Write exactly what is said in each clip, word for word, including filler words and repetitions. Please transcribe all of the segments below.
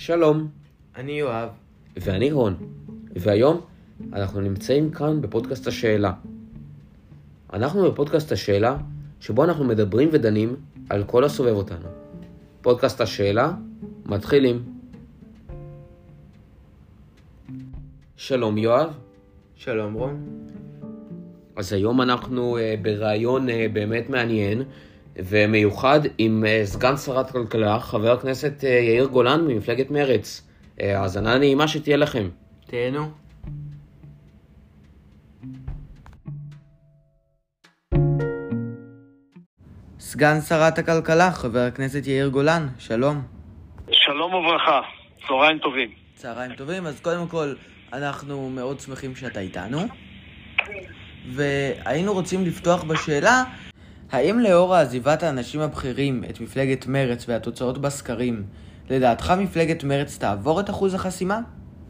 שלום, אני יואב. ואני רון, והיום אנחנו נמצאים כאן בפודקאסט השאלה. אנחנו בפודקאסט השאלה, שבו אנחנו מדברים ודנים על כל הסובב אותנו. פודקאסט השאלה, מתחילים. שלום יואב. שלום רון. אז היום אנחנו uh, ברעיון uh, באמת מעניין ומיוחד עם uh, סגן שרת הכלכלה, חבר הכנסת uh, יאיר גולן ממפלגת מרץ. Uh, האזנה נעימה שתהיה לכם. תהנו. סגן שרת הכלכלה, חבר הכנסת יאיר גולן, שלום. שלום וברכה, צהריים טובים. צהריים טובים, אז קודם כל אנחנו מאוד שמחים שאתה איתנו. והיינו רוצים לפתוח בשאלה, האם לאור עזיבת האנשים הבכירים את מפלגת מרץ והתוצאות בסקרים, לדעתך מפלגת מרץ תעבור את אחוז החסימה?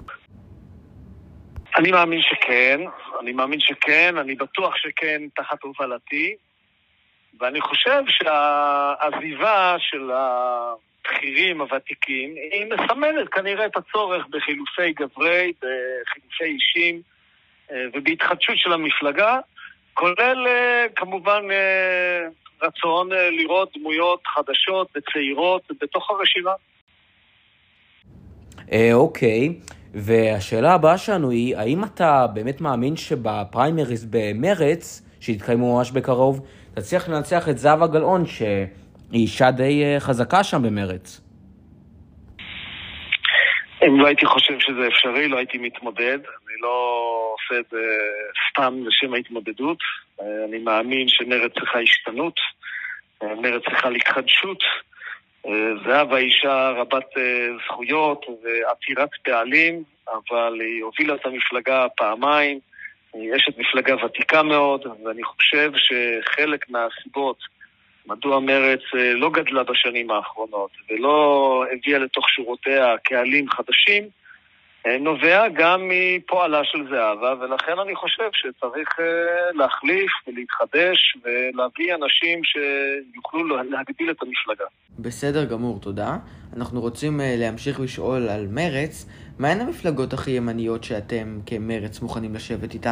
אני מאמין שכן, אני מאמין שכן, אני בטוח שכן תחת הובלתי, ואני חושב שהעזיבה של הבכירים הוותיקים היא מסמלת כנראה את הצורך בחילופי גברי, בחילופי אישים ובהתחדשות של המפלגה, כולל כמובן רצון לראות דמויות חדשות וצעירות בתוך הרשימה. אוקיי, והשאלה הבאה שלנו היא, האם אתה באמת מאמין שבפריימריז במרץ, שהתקיימו ממש בקרוב, תצליח לנצח את זהבה גלאון, שהיא אישה די חזקה שם במרץ? אם לא הייתי חושב שזה אפשרי, לא הייתי מתמודד. אני לא עושה את זה סתם לשם ההתמודדות. אני מאמין שמרץ צריכה השתנות, מרץ צריכה להתחדשות. זהבה אישה רבת זכויות ועתירת פעלים, אבל היא הובילה את המפלגה פעמיים. היא אשת מפלגה ותיקה מאוד, ואני חושב שחלק מהסיבות מדוע מרץ לא גדלה בשנים האחרונות ולא הביאה לתוך שורותיה קהלים חדשים, נובע גם מפועלה של זהבה, ולכן אני חושב שצריך להחליף ולהתחדש ולהביא אנשים שיוכלו להגדיל את המפלגה. בסדר גמור, תודה. אנחנו רוצים להמשיך לשאול על מרץ. מהן המפלגות הכי ימניות שאתם כמרץ מוכנים לשבת איתן?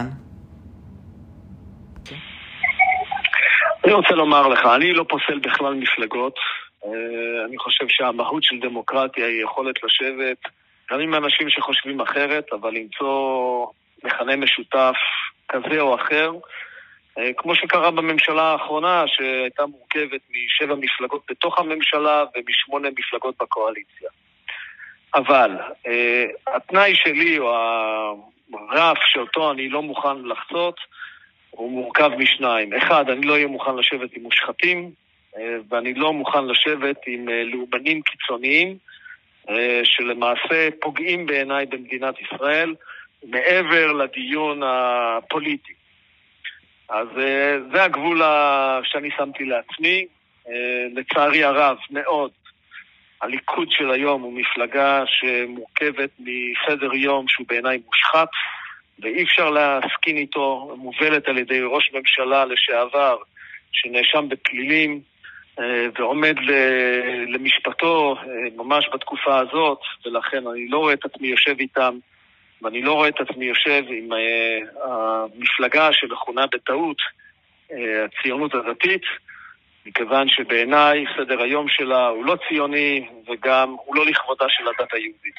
אני רוצה לומר לך, אני לא פוסל בכלל מפלגות. אני חושב שהמהות של דמוקרטיה היא יכולת לשבת גם עם אנשים שחושבים אחרת, אבל למצוא מכנה משותף כזה או אחר, כמו שקרה בממשלה האחרונה, שהייתה מורכבת משבע מפלגות בתוך הממשלה ומשמונה מפלגות בקואליציה. אבל התנאי שלי, או הרף שאותו אני לא מוכן לחצות, הוא מורכב משניים. אחד, אני לא אהיה מוכן לשבת עם מושחתים, ואני לא מוכן לשבת עם לאומנים קיצוניים, שלמעשה פוגעים בעיניי במדינת ישראל, מעבר לדיון הפוליטי. אז זה הגבול שאני שמתי לעצמי. לצערי הרב מאוד, הליכוד של היום הוא מפלגה שמורכבת מסדר יום שהוא בעיניי מושחת, ואי אפשר להסכין איתו, מובלת על ידי ראש ממשלה לשעבר שנאשם בפלילים ועומד למשפטו ממש בתקופה הזאת, ולכן אני לא רואה את עצמי יושב איתם, ואני לא רואה את עצמי יושב עם המפלגה שמכונה בטעות הציונות הדתית, מכיוון שבעיניי סדר היום שלה הוא לא ציוני וגם הוא לא לכבודה של הדת היהודית.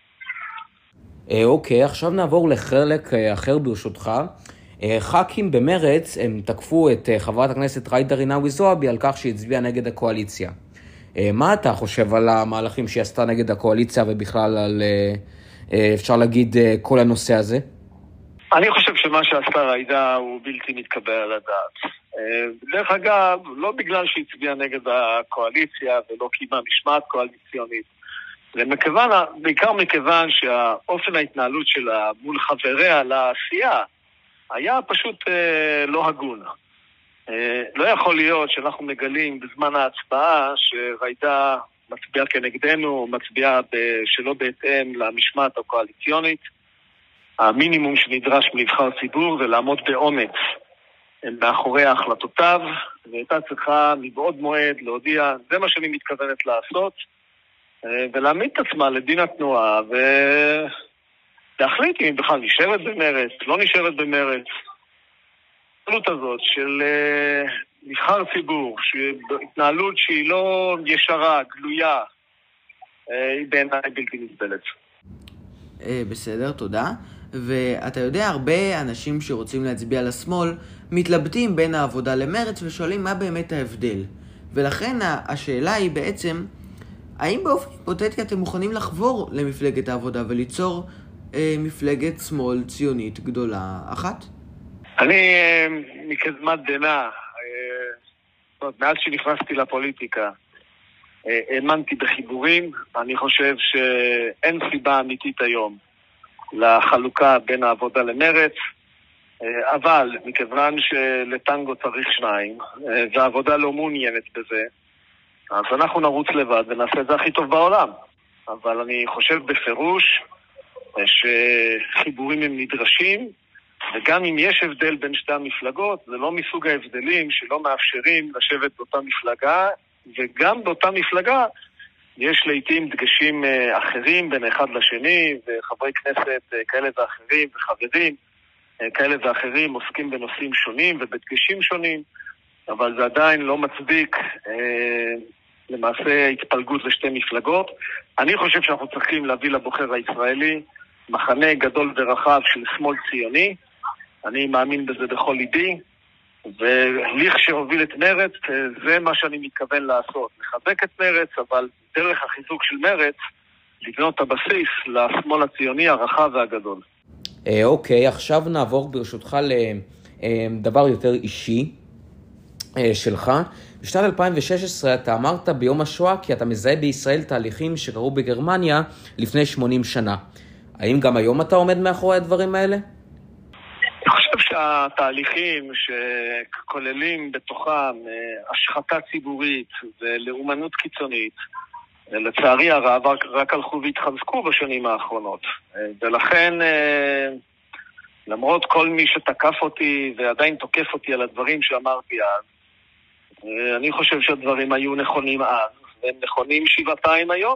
אוקיי, עכשיו נעבור לחלק אחר ברשותך. ח"כים במרץ הם תקפו את חברת הכנסת ג'ידא רינאוי זועבי על כך שהצביעה נגד הקואליציה. מה אתה חושב על המהלכים שהיא עשתה נגד הקואליציה ובכלל על, אפשר להגיד, כל הנושא הזה? אני חושב שמה שעשתה ג'ידא הוא בלתי מתקבל על הדעת. דרך אגב, לא בגלל שהצביעה נגד הקואליציה ולא קיימה משמעת קואליציונית, ומכיוון, בעיקר מכיוון שהאופן ההתנהלות שלה מול חבריה לעשייה היה פשוט אה, לא הגון. אה, לא יכול להיות שאנחנו מגלים בזמן ההצבעה שג'ידא מצביעה כנגדנו, מצביעה שלא בהתאם למשמעת הקואליציונית. המינימום שנדרש מנבחר ציבור זה לעמוד באומץ מאחורי ההחלטותיו, והייתה צריכה מבעוד מועד להודיע, זה מה שאני מתכוונת לעשות, ולהעמיד את עצמה לדין התנועה, ולהחליט אם היא בכלל נשארת במרץ, לא נשארת במרץ. ההתנהלות הזאת של נבחר ציבור, התנהלות שהיא לא ישרה, גלויה, היא בעיניי בלתי נסבלת. בסדר, תודה. ואתה יודע, הרבה אנשים שרוצים להצביע לשמאל מתלבטים בין העבודה למרץ ושואלים מה באמת ההבדל. ולכן השאלה היא בעצם, האם באופן היפותטי אתם מוכנים לחבור למפלגת העבודה וליצור אה, מפלגת שמאל ציונית גדולה אחת? אני אה, מקדמת דנא, אה, מאז שנכנסתי לפוליטיקה, אה, האמנתי בחיבורים. אני חושב שאין סיבה אמיתית היום לחלוקה בין העבודה למרץ, אה, אבל מכיוון שלטנגו צריך שניים, אה, והעבודה לא מעוניינת בזה, אז אנחנו נרוץ לבד ונעשה את זה הכי טוב בעולם. אבל אני חושב בפירוש שחיבורים הם נדרשים, וגם אם יש הבדל בין שתי המפלגות, זה לא מסוג ההבדלים שלא מאפשרים לשבת באותה מפלגה, וגם באותה מפלגה יש לעתים דגשים אחרים בין אחד לשני, וחברי כנסת כאלה ואחרים וחברים כאלה ואחרים עוסקים בנושאים שונים ובדגשים שונים, אבל זה עדיין לא מצדיק אה, למעשה התפלגות לשתי מפלגות. אני חושב שאנחנו צריכים להביא לבוחר הישראלי מחנה גדול ורחב של שמאל ציוני. אני מאמין בזה בכל ליבי, וליך שהוביל את מרץ, זה מה שאני מתכוון לעשות. לחזק את מרץ, אבל דרך החיזוק של מרץ, לבנות את הבסיס לשמאל הציוני הרחב והגדול. אה, אוקיי, עכשיו נעבור ברשותך לדבר יותר אישי. שלך. בשנת אלפיים ושש עשרה אתה אמרת ביום השואה כי אתה מזהה בישראל תהליכים שקרו בגרמניה לפני שמונים שנה. האם גם היום אתה עומד מאחורי הדברים האלה? אני חושב שהתהליכים שכוללים בתוכם השחתה ציבורית ולאומנות קיצונית, לצערי הרב רק הלכו והתחזקו בשנים האחרונות. ולכן למרות כל מי שתקף אותי ועדיין תוקף אותי על הדברים שאמרתי אז, אני חושב שהדברים היו נכונים אז, והם נכונים שבעתיים היום.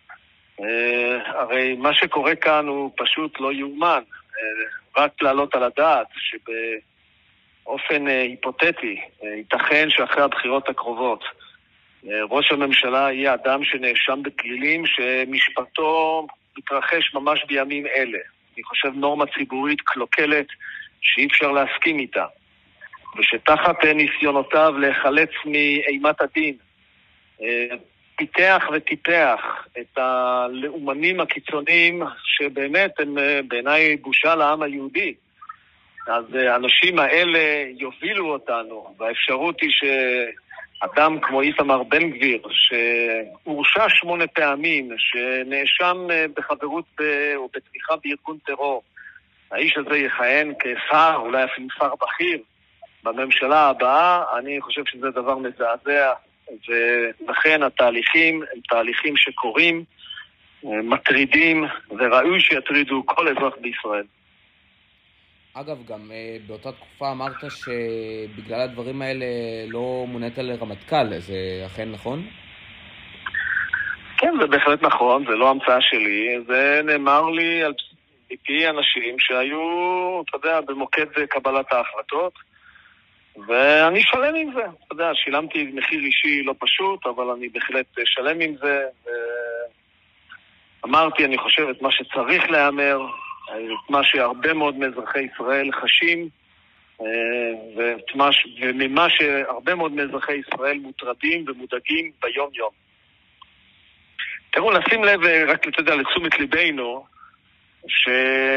הרי מה שקורה כאן הוא פשוט לא יאומן. רק לעלות על הדעת שבאופן היפותטי ייתכן שאחרי הבחירות הקרובות ראש הממשלה יהיה אדם שנאשם בפלילים שמשפטו מתרחש ממש בימים אלה. אני חושב נורמה ציבורית קלוקלת שאי אפשר להסכים איתה. ושתחת ניסיונותיו להיחלץ מאימת הדין, פיתח וטיפח את הלאומנים הקיצוניים שבאמת הם בעיניי בושה לעם היהודי. אז האנשים האלה יובילו אותנו, והאפשרות היא שאדם כמו איתמר בן גביר, שהורשע שמונה פעמים, שנאשם בחברות ב... או בתמיכה בארגון טרור, האיש הזה יכהן כשר, אולי אפילו שר בכיר, בממשלה הבאה. אני חושב שזה דבר מזעזע, ולכן התהליכים הם תהליכים שקורים, מטרידים, וראוי שיטרידו כל אזרח בישראל. אגב, גם באותה תקופה אמרת שבגלל הדברים האלה לא מונית לרמטכ"ל, זה אכן נכון? כן, זה בהחלט נכון, זה לא המצאה שלי, זה נאמר לי על פי אנשים שהיו, אתה יודע, במוקד קבלת ההחלטות, ואני שלם עם זה. אתה יודע, שילמתי מחיר אישי לא פשוט, אבל אני בהחלט שלם עם זה. אמרתי, אני חושב, את מה שצריך לאמר, את מה שהרבה מאוד מאזרחי ישראל חשים, ואת מה, וממה שהרבה מאוד מאזרחי ישראל מוטרדים ומודאגים ביום יום. תראו, נשים לב, רק לתדע לתשומת ליבנו, ש...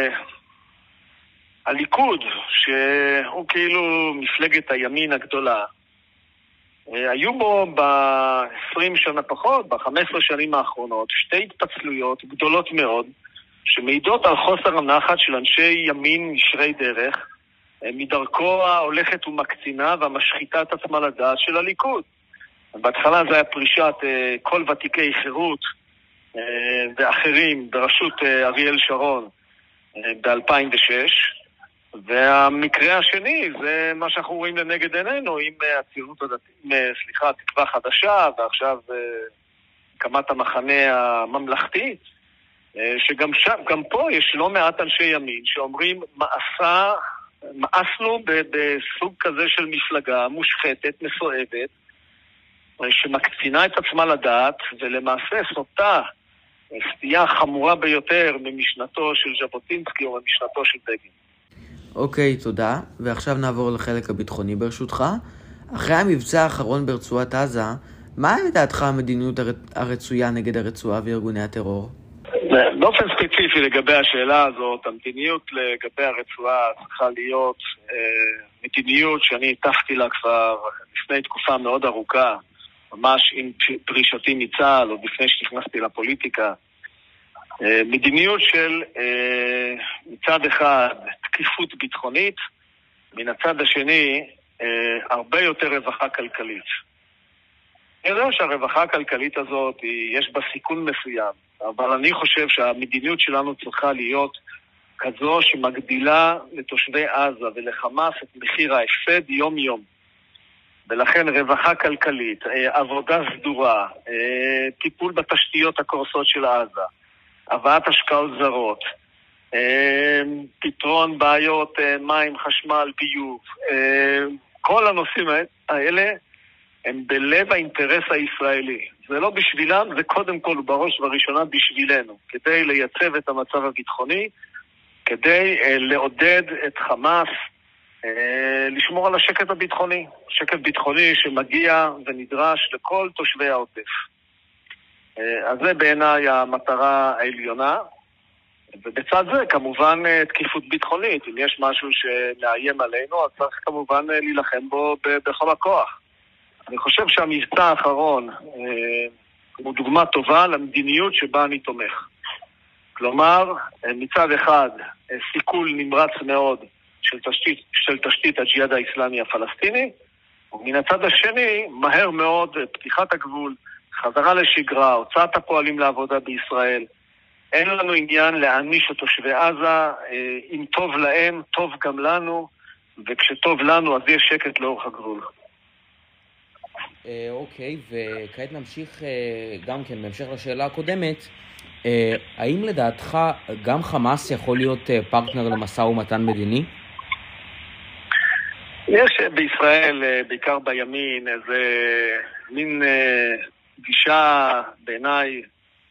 הליכוד, שהוא כאילו מפלגת הימין הגדולה, היו בו ב-עשרים שנה פחות, ב-חמש עשרה שנים האחרונות, שתי התפצלויות גדולות מאוד, שמעידות על חוסר הנחת של אנשי ימין ישרי דרך, מדרכו ההולכת ומקצינה והמשחיתה את עצמה לדעת של הליכוד. בהתחלה זה היה פרישת כל ותיקי חירות ואחרים בראשות אריאל שרון ב-אלפיים ושש, והמקרה השני זה מה שאנחנו רואים לנגד עינינו עם הציונות הדתית, סליחה, תקווה חדשה, ועכשיו הקמת המחנה הממלכתי, שגם שם, גם פה יש לא מעט אנשי ימין שאומרים, מעשה, מאסנו בסוג כזה של מפלגה מושחתת, מסואבת, שמקצינה את עצמה לדעת, ולמעשה סוטה סטייה חמורה ביותר ממשנתו של ז'בוטינסקי או ממשנתו של בגין. אוקיי, תודה. ועכשיו נעבור לחלק הביטחוני ברשותך. אחרי המבצע האחרון ברצועת עזה, מה לדעתך המדיניות הרצויה נגד הרצועה וארגוני הטרור? באופן ספציפי לגבי השאלה הזאת, המדיניות לגבי הרצועה צריכה להיות אה, מדיניות שאני הטפתי לה כבר לפני תקופה מאוד ארוכה, ממש עם פרישתי מצה"ל, או לפני שנכנסתי לפוליטיקה. אה, מדיניות של אה, מצד אחד תקיפות ביטחונית, מן הצד השני אה, הרבה יותר רווחה כלכלית. אני יודע שהרווחה הכלכלית הזאת היא, יש בה סיכון מסוים, אבל אני חושב שהמדיניות שלנו צריכה להיות כזו שמגדילה לתושבי עזה ולחמאס את מחיר ההפסד יום יום. ולכן רווחה כלכלית, עבודה סדורה, טיפול בתשתיות הקורסות של עזה, הבאת השקעות זרות, פתרון בעיות מים, חשמל, ביוב, כל הנושאים האלה הם בלב האינטרס הישראלי. זה לא בשבילם, זה קודם כל בראש ובראשונה בשבילנו, כדי לייצב את המצב הביטחוני, כדי אה, לעודד את חמאס, אה, לשמור על השקט הביטחוני, שקט ביטחוני שמגיע ונדרש לכל תושבי העוטף. אה, אז זה בעיניי המטרה העליונה, ובצד זה כמובן אה, תקיפות ביטחונית. אם יש משהו שמאיים עלינו, אז צריך כמובן אה, להילחם בו ב- בכל הכוח. אני חושב שהמבצע האחרון אה, הוא דוגמה טובה למדיניות שבה אני תומך. כלומר, אה, מצד אחד, אה, סיכול נמרץ מאוד של תשתית, של תשתית הג'יהאד האסלאמי הפלסטיני, ומן הצד השני, מהר מאוד, אה, פתיחת הגבול, חזרה לשגרה, הוצאת הפועלים לעבודה בישראל. אין לנו עניין להעניש את תושבי עזה, אה, אם טוב להם, טוב גם לנו, וכשטוב לנו, אז יש שקט לאורך הגבול. אוקיי, וכעת נמשיך גם כן, בהמשך לשאלה הקודמת, האם לדעתך גם חמאס יכול להיות פרטנר למשא ומתן מדיני? יש בישראל, בעיקר בימין, איזה מין גישה בעיניי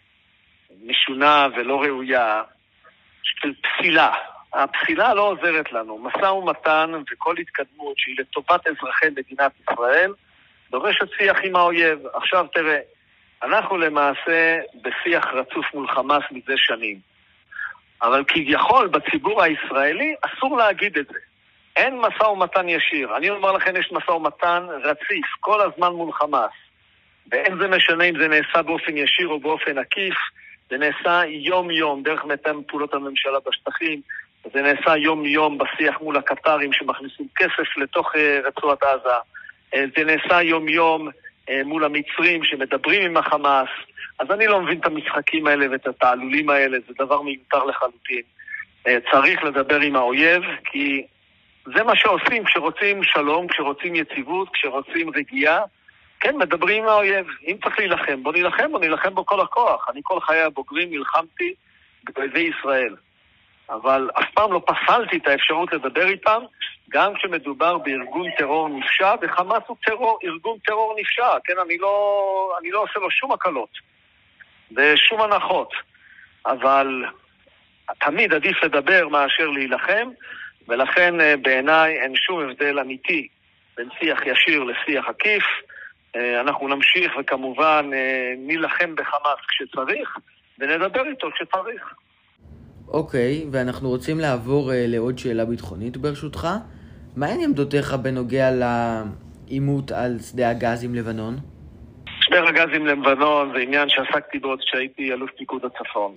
משונה ולא ראויה של פסילה. הפסילה לא עוזרת לנו. משא ומתן וכל התקדמות שהיא לטובת אזרחי מדינת ישראל דורשת שיח עם האויב. עכשיו תראה, אנחנו למעשה בשיח רצוף מול חמאס מזה שנים. אבל כביכול בציבור הישראלי אסור להגיד את זה. אין משא ומתן ישיר. אני אומר לכם, יש משא ומתן רציף כל הזמן מול חמאס. ואין זה משנה אם זה נעשה באופן ישיר או באופן עקיף. זה נעשה יום יום דרך מתאם פעולות הממשלה בשטחים. זה נעשה יום יום בשיח מול הקטרים שמכניסים כסף לתוך רצועת עזה. זה נעשה יום יום מול המצרים שמדברים עם החמאס. אז אני לא מבין את המשחקים האלה ואת התעלולים האלה, זה דבר מיותר לחלוטין. צריך לדבר עם האויב, כי זה מה שעושים כשרוצים שלום, כשרוצים יציבות, כשרוצים רגיעה. כן, מדברים עם האויב. אם צריך להילחם בו, נילחם בו, נילחם בו כל הכוח. אני כל חיי הבוגרים נלחמתי באויבי ישראל. אבל אף פעם לא פסלתי את האפשרות לדבר איתם, גם כשמדובר בארגון טרור נפשע, וחמאס הוא טרור, ארגון טרור נפשע. כן, אני לא, אני לא עושה לו שום הקלות, ושום הנחות. אבל תמיד עדיף לדבר מאשר להילחם, ולכן בעיניי אין שום הבדל אמיתי בין שיח ישיר לשיח עקיף. אנחנו נמשיך וכמובן נילחם בחמאס כשצריך, ונדבר איתו כשצריך. אוקיי, ואנחנו רוצים לעבור לעוד שאלה ביטחונית ברשותך. מהן עמדותיך בנוגע לעימות על שדה הגז עם לבנון? שדה הגז עם לבנון זה עניין שעסקתי בו כשהייתי אלוף פיקוד הצפון.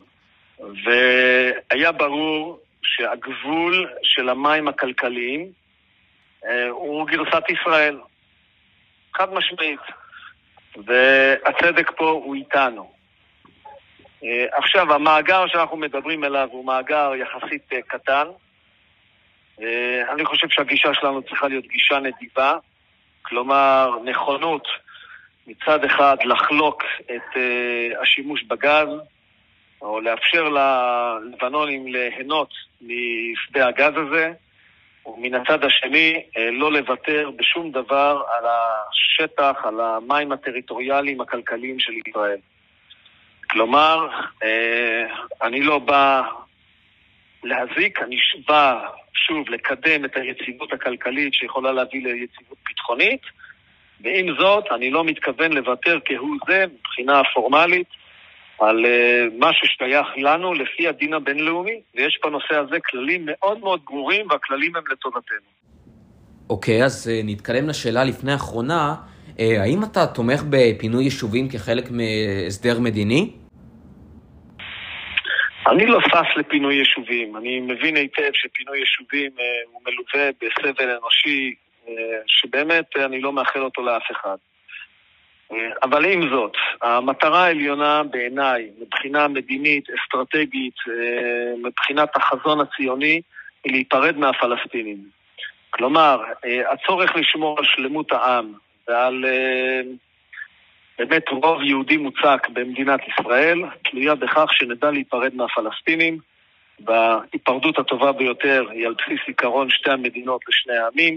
והיה ברור שהגבול של המים הכלכליים הוא גרסת ישראל. חד משמעית. והצדק פה הוא איתנו. עכשיו, המאגר שאנחנו מדברים עליו הוא מאגר יחסית קטן. אני חושב שהגישה שלנו צריכה להיות גישה נדיבה, כלומר נכונות מצד אחד לחלוק את uh, השימוש בגז, או לאפשר ללבנונים ליהנות משדה הגז הזה, ומן הצד השני לא לוותר בשום דבר על השטח, על המים הטריטוריאליים הכלכליים של ישראל. כלומר, אני לא בא להזיק, אני בא שוב לקדם את היציבות הכלכלית שיכולה להביא ליציבות ביטחונית, ועם זאת אני לא מתכוון לוותר כהוא זה מבחינה פורמלית על מה ששייך לנו לפי הדין הבינלאומי, ויש בנושא הזה כללים מאוד מאוד ברורים, והכללים הם לטובתנו. אוקיי, אז נתקדם לשאלה לפני האחרונה. האם אתה תומך בפינוי יישובים כחלק מהסדר מדיני? אני לא פס לפינוי יישובים. אני מבין היטב שפינוי יישובים הוא מלווה בסבל אנושי, שבאמת אני לא מאחל אותו לאף אחד. אבל עם זאת, המטרה העליונה בעיניי, מבחינה מדינית, אסטרטגית, מבחינת החזון הציוני, היא להיפרד מהפלסטינים. כלומר, הצורך לשמור על שלמות העם ועל באמת רוב יהודי מוצק במדינת ישראל, תלויה בכך שנדע להיפרד מהפלסטינים, וההיפרדות הטובה ביותר היא על בסיס עיקרון שתי המדינות לשני העמים,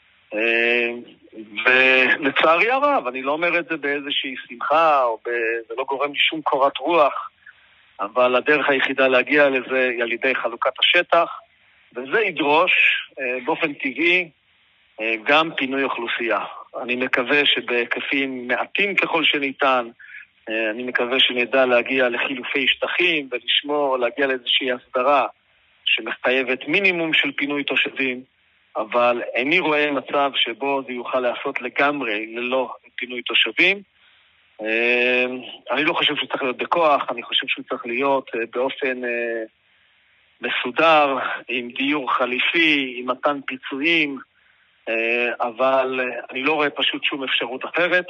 ולצערי הרב, אני לא אומר את זה באיזושהי שמחה, או ב... זה לא גורם לי שום קורת רוח, אבל הדרך היחידה להגיע לזה היא על ידי חלוקת השטח, וזה ידרוש באופן טבעי גם פינוי אוכלוסייה. אני מקווה שבהיקפים מעטים ככל שניתן, אני מקווה שנדע להגיע לחילופי שטחים ולשמור, להגיע לאיזושהי הסדרה שמחייבת מינימום של פינוי תושבים, אבל איני רואה מצב שבו זה יוכל לעשות לגמרי ללא פינוי תושבים. אני לא חושב שהוא צריך להיות בכוח, אני חושב שהוא צריך להיות באופן מסודר, עם דיור חליפי, עם מתן פיצויים, אבל אני לא רואה פשוט שום אפשרות אחרת,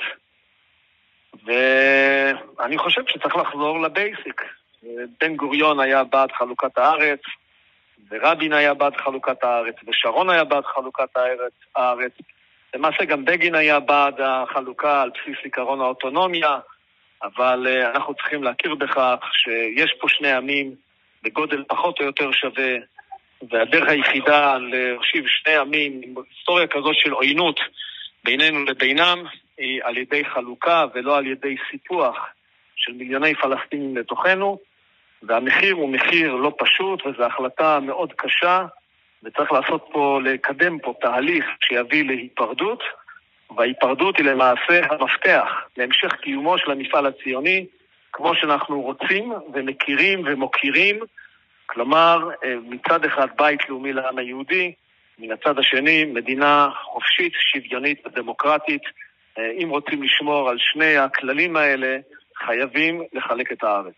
ואני חושב שצריך לחזור לבייסיק. בן גוריון היה בעד חלוקת הארץ, ורבין היה בעד חלוקת הארץ, ושרון היה בעד חלוקת הארץ. למעשה גם בגין היה בעד החלוקה על בסיס עיקרון האוטונומיה, אבל אנחנו צריכים להכיר בכך שיש פה שני עמים בגודל פחות או יותר שווה, והדרך היחידה להושיב שני עמים עם היסטוריה כזאת של עוינות בינינו לבינם היא על ידי חלוקה ולא על ידי סיפוח של מיליוני פלסטינים לתוכנו, והמחיר הוא מחיר לא פשוט, וזו החלטה מאוד קשה, וצריך לעשות פה, לקדם פה תהליך שיביא להיפרדות, וההיפרדות היא למעשה המפתח להמשך קיומו של המפעל הציוני, כמו שאנחנו רוצים ומכירים ומוקירים, כלומר, מצד אחד בית לאומי לעם היהודי, מן הצד השני מדינה חופשית, שוויונית ודמוקרטית. אם רוצים לשמור על שני הכללים האלה, חייבים לחלק את הארץ.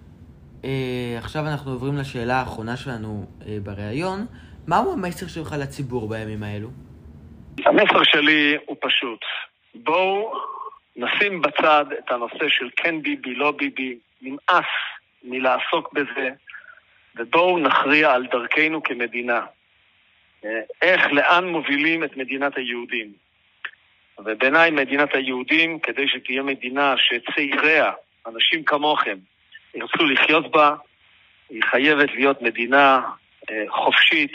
עכשיו אנחנו עוברים לשאלה האחרונה שלנו בראיון. מהו המסר שלך לציבור בימים האלו? המסר שלי הוא פשוט. בואו נשים בצד את הנושא של כן ביבי, לא ביבי, נמאס מלעסוק בזה, ובואו נכריע על דרכנו כמדינה. איך, לאן מובילים את מדינת היהודים. ובעיניי מדינת היהודים, כדי שתהיה מדינה שצעיריה, אנשים כמוכם, ירצו לחיות בה, היא חייבת להיות מדינה חופשית,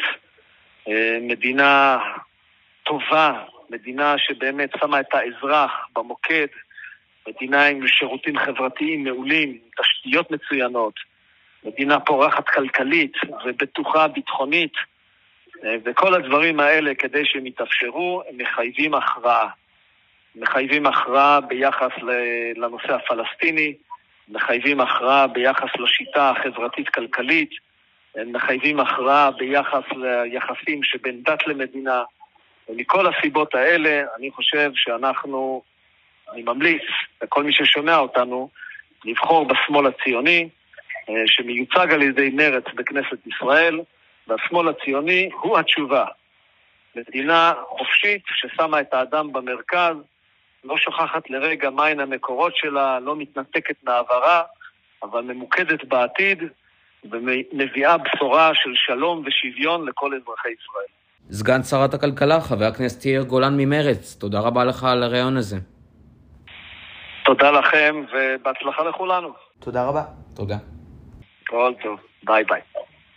מדינה טובה, מדינה שבאמת שמה את האזרח במוקד, מדינה עם שירותים חברתיים מעולים, עם תשתיות מצוינות, מדינה פורחת כלכלית ובטוחה ביטחונית, וכל הדברים האלה כדי שהם יתאפשרו, הם מחייבים הכרעה. מחייבים הכרעה ביחס לנושא הפלסטיני, מחייבים הכרעה ביחס לשיטה החברתית-כלכלית, מחייבים הכרעה ביחס ליחסים שבין דת למדינה, ומכל הסיבות האלה אני חושב שאנחנו, אני ממליץ לכל מי ששומע אותנו, לבחור בשמאל הציוני, שמיוצג על ידי מרץ בכנסת ישראל, והשמאל הציוני הוא התשובה. מדינה חופשית ששמה את האדם במרכז, לא שוכחת לרגע מהן המקורות שלה, לא מתנתקת מעברה, אבל ממוקדת בעתיד, ומביאה בשורה של שלום ושוויון לכל אזרחי ישראל. סגן שרת הכלכלה, חבר הכנסת יאיר גולן ממרץ, תודה רבה לך על הרעיון הזה. תודה לכם, ובהצלחה לכולנו. תודה רבה. תודה. כל טוב. ביי ביי.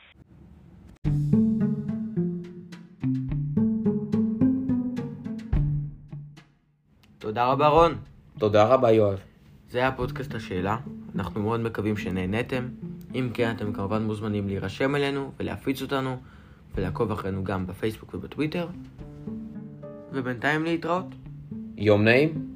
תודה רבה רון. תודה רבה יואב. זה היה פודקאסט השאלה, אנחנו מאוד מקווים שנהנתם. אם כן, אתם כמובן מוזמנים להירשם אלינו ולהפיץ אותנו ולעקוב אחרינו גם בפייסבוק ובטוויטר. ובינתיים להתראות. יום נעים.